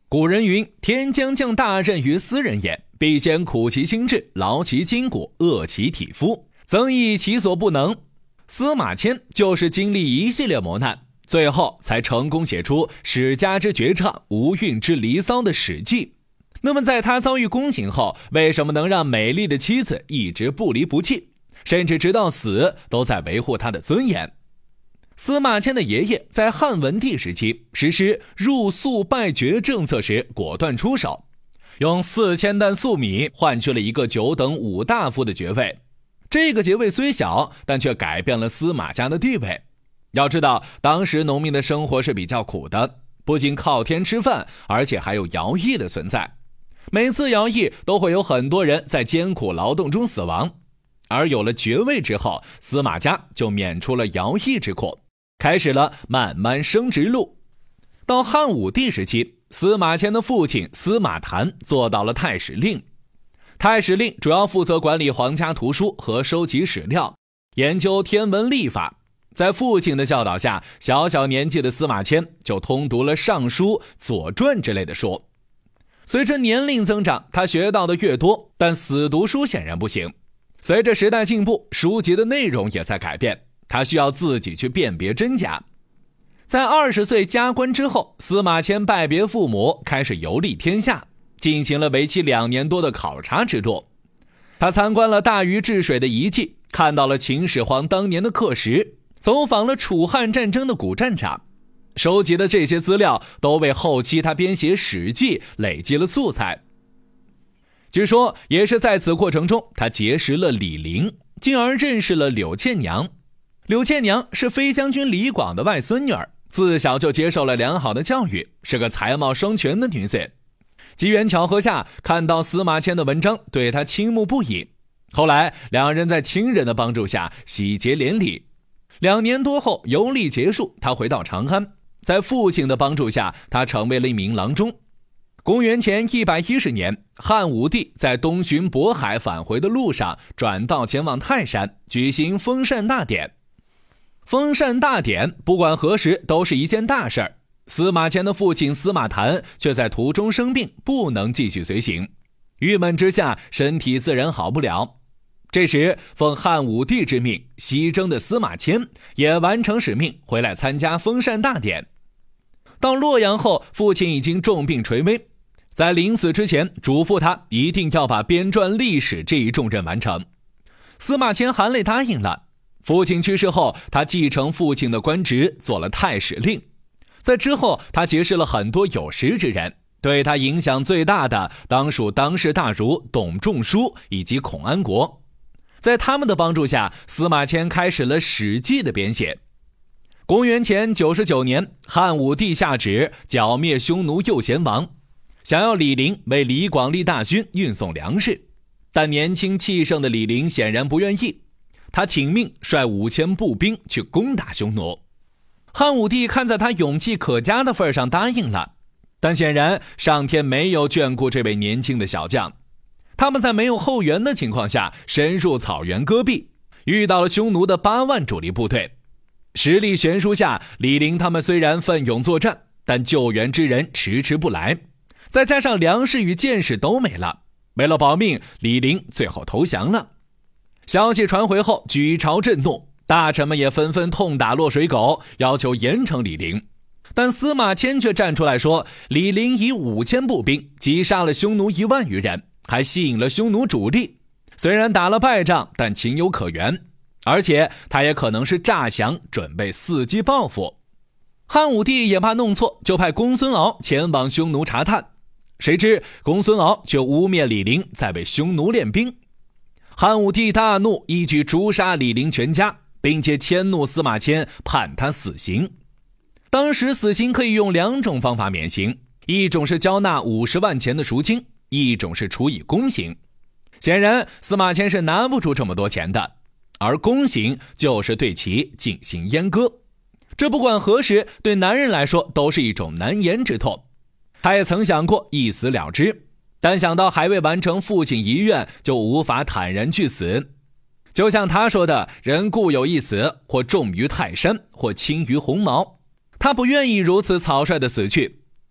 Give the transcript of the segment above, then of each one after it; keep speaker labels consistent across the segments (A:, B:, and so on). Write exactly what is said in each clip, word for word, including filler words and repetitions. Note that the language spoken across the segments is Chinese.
A: 古人云：天将降大任于斯人也，必先苦其心志，劳其筋骨，饿其体肤，增益其所不能。司马迁就是经历一系列磨难，最后才成功写出史家之绝唱、无韵之离骚的史记。那么在他遭遇宫刑后，为什么能让美丽的妻子一直不离不弃，甚至直到死都在维护他的尊严？司马迁的爷爷在汉文帝时期实施入粟拜爵政策时果断出手，用四千担粟米换取了一个九等五大夫的爵位。这个爵位虽小，但却改变了司马家的地位。要知道，当时农民的生活是比较苦的，不仅靠天吃饭，而且还有徭役的存在。每次徭役都会有很多人在艰苦劳动中死亡，而有了爵位之后，司马家就免除了徭役之苦，开始了慢慢升职路。到汉武帝时期，司马迁的父亲司马谈做到了太史令。太史令主要负责管理皇家图书和收集史料，研究天文历法。在父亲的教导下，小小年纪的司马迁就通读了《尚书》《左传》之类的书。随着年龄增长，他学到的越多，但死读书显然不行。随着时代进步，书籍的内容也在改变，他需要自己去辨别真假。在二十岁加官之后，司马迁拜别父母，开始游历天下，进行了为期两年多的考察之路。他参观了大禹治水的遗迹，看到了秦始皇当年的刻石，走访了楚汉战争的古战场。收集的这些资料都为后期他编写《史记》累积了素材。据说也是在此过程中，他结识了李陵，进而认识了柳倩娘。柳倩娘是飞将军李广的外孙女儿，自小就接受了良好的教育，是个才貌双全的女子。机缘巧合下，看到司马迁的文章，对他倾慕不已。后来两人在亲人的帮助下喜结连理。两年多后，游历结束，他回到长安，在父亲的帮助下，他成为了一名郎中。公元前一百一十年，汉武帝在东巡渤海返回的路上，转道前往泰山，举行封禅大典。封禅大典不管何时都是一件大事儿。司马迁的父亲司马谈却在途中生病，不能继续随行，郁闷之下，身体自然好不了。这时奉汉武帝之命西征的司马迁也完成使命，回来参加封禅大典。到洛阳后，父亲已经重病垂危，在临死之前嘱咐他一定要把编撰历史这一重任完成。司马迁含泪答应了。父亲去世后，他继承父亲的官职，做了太史令。在之后，他结识了很多有识之人，对他影响最大的当属当世大儒董仲舒以及孔安国。在他们的帮助下，司马迁开始了《史记》的编写。公元前九十九年，汉武帝下旨剿灭匈奴右贤王，想要李陵为李广利大军运送粮食，但年轻气盛的李陵显然不愿意，他请命率五千步兵去攻打匈奴。汉武帝看在他勇气可嘉的份上答应了，但显然上天没有眷顾这位年轻的小将。他们在没有后援的情况下，深入草原戈壁，遇到了匈奴的八万主力部队。实力悬殊下，李陵他们虽然奋勇作战，但救援之人迟迟不来，再加上粮食与箭矢都没了，为了保命，李陵最后投降了。消息传回后，举朝震怒，大臣们也纷纷痛打落水狗，要求严惩李陵。但司马迁却站出来说，李陵以五千步兵击杀了匈奴一万余人，还吸引了匈奴主力，虽然打了败仗，但情有可原，而且他也可能是诈降，准备伺机报复。汉武帝也怕弄错，就派公孙敖前往匈奴查探，谁知公孙敖却污蔑李陵在为匈奴练兵。汉武帝大怒，一举诛杀李陵全家，并且迁怒司马迁，判他死刑。当时死刑可以用两种方法免刑，一种是交纳五十万钱的赎金，一种是处以宫刑。显然司马迁是拿不出这么多钱的，而宫刑就是对其进行阉割，这不管何时对男人来说都是一种难言之痛。他也曾想过一死了之，但想到还未完成父亲遗愿，就无法坦然去死。就像他说的，人固有一死，或重于泰山，或轻于鸿毛。他不愿意如此草率的死去。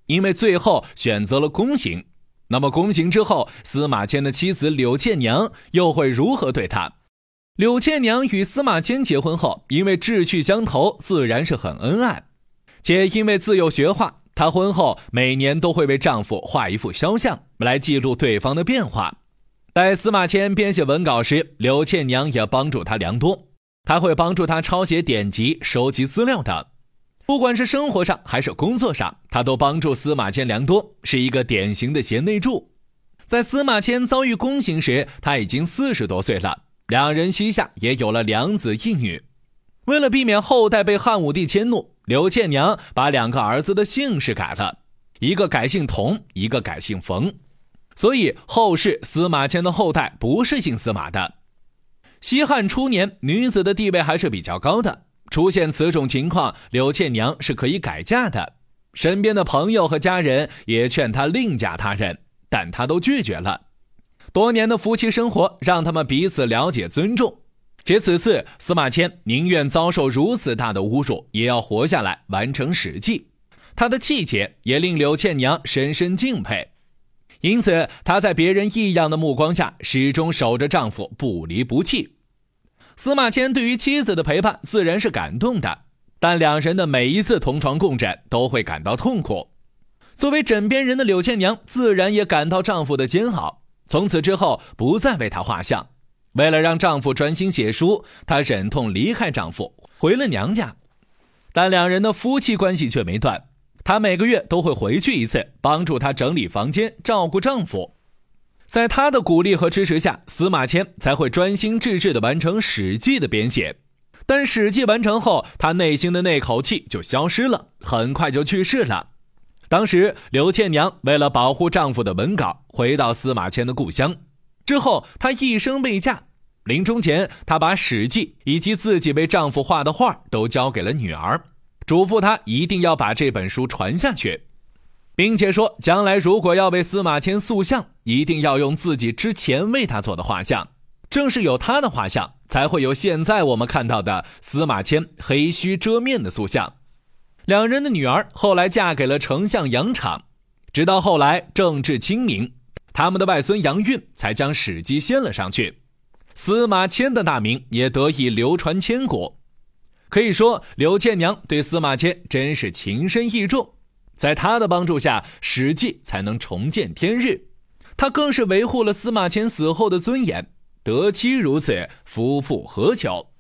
A: 因为最后选择了宫刑。那么宫刑之后，司马迁的妻子柳倩娘又会如何对他？柳倩娘与司马迁结婚后，因为志趣相投，自然是很恩爱。且因为自幼学画，她婚后每年都会为丈夫画一幅肖像，来记录对方的变化。在司马迁编写文稿时，柳倩娘也帮助他良多。她会帮助他抄写典籍、收集资料等。不管是生活上还是工作上，她都帮助司马迁良多，是一个典型的贤内助。在司马迁遭遇宫刑时，他已经四十多岁了，两人膝下也有了两子一女。为了避免后代被汉武帝迁怒，柳倩娘把两个儿子的姓氏改了，一个改姓佟，一个改姓冯。所以后世司马迁的后代不是姓司马的。西汉初年，女子的地位还是比较高的，出现此种情况，柳倩娘是可以改嫁的。身边的朋友和家人也劝她另嫁他人，但她都拒绝了。多年的夫妻生活让他们彼此了解尊重，且此次司马迁宁愿遭受如此大的侮辱，也要活下来完成史记。他的气节也令柳倩娘深深敬佩，因此她在别人异样的目光下始终守着丈夫不离不弃。司马迁对于妻子的陪伴自然是感动的，但两人的每一次同床共枕都会感到痛苦。作为枕边人的柳倩娘自然也感到丈夫的煎熬，从此之后不再为他画像。为了让丈夫专心写书，她忍痛离开丈夫，回了娘家。但两人的夫妻关系却没断，她每个月都会回去一次，帮助她整理房间，照顾丈夫。在她的鼓励和支持下，司马迁才会专心致志地完成《史记》的编写。但《史记》完成后，她内心的那口气就消失了，很快就去世了。当时柳倩娘为了保护丈夫的文稿，回到司马迁的故乡。之后她一生未嫁，临终前她把《史记》以及自己为丈夫画的画都交给了女儿，嘱咐她一定要把这本书传下去，并且说将来如果要为司马迁塑像，一定要用自己之前为他做的画像。正是有他的画像，才会有现在我们看到的司马迁黑须遮面的塑像。两人的女儿后来嫁给了丞相杨敞，直到后来政治清明，他们的外孙杨运才将《史记》献了上去，司马迁的大名也得以流传千古。可以说柳倩娘对司马迁真是情深意重，在她的帮助下，《史记》才能重见天日。她更是维护了司马迁死后的尊严，得妻如此，夫复何求？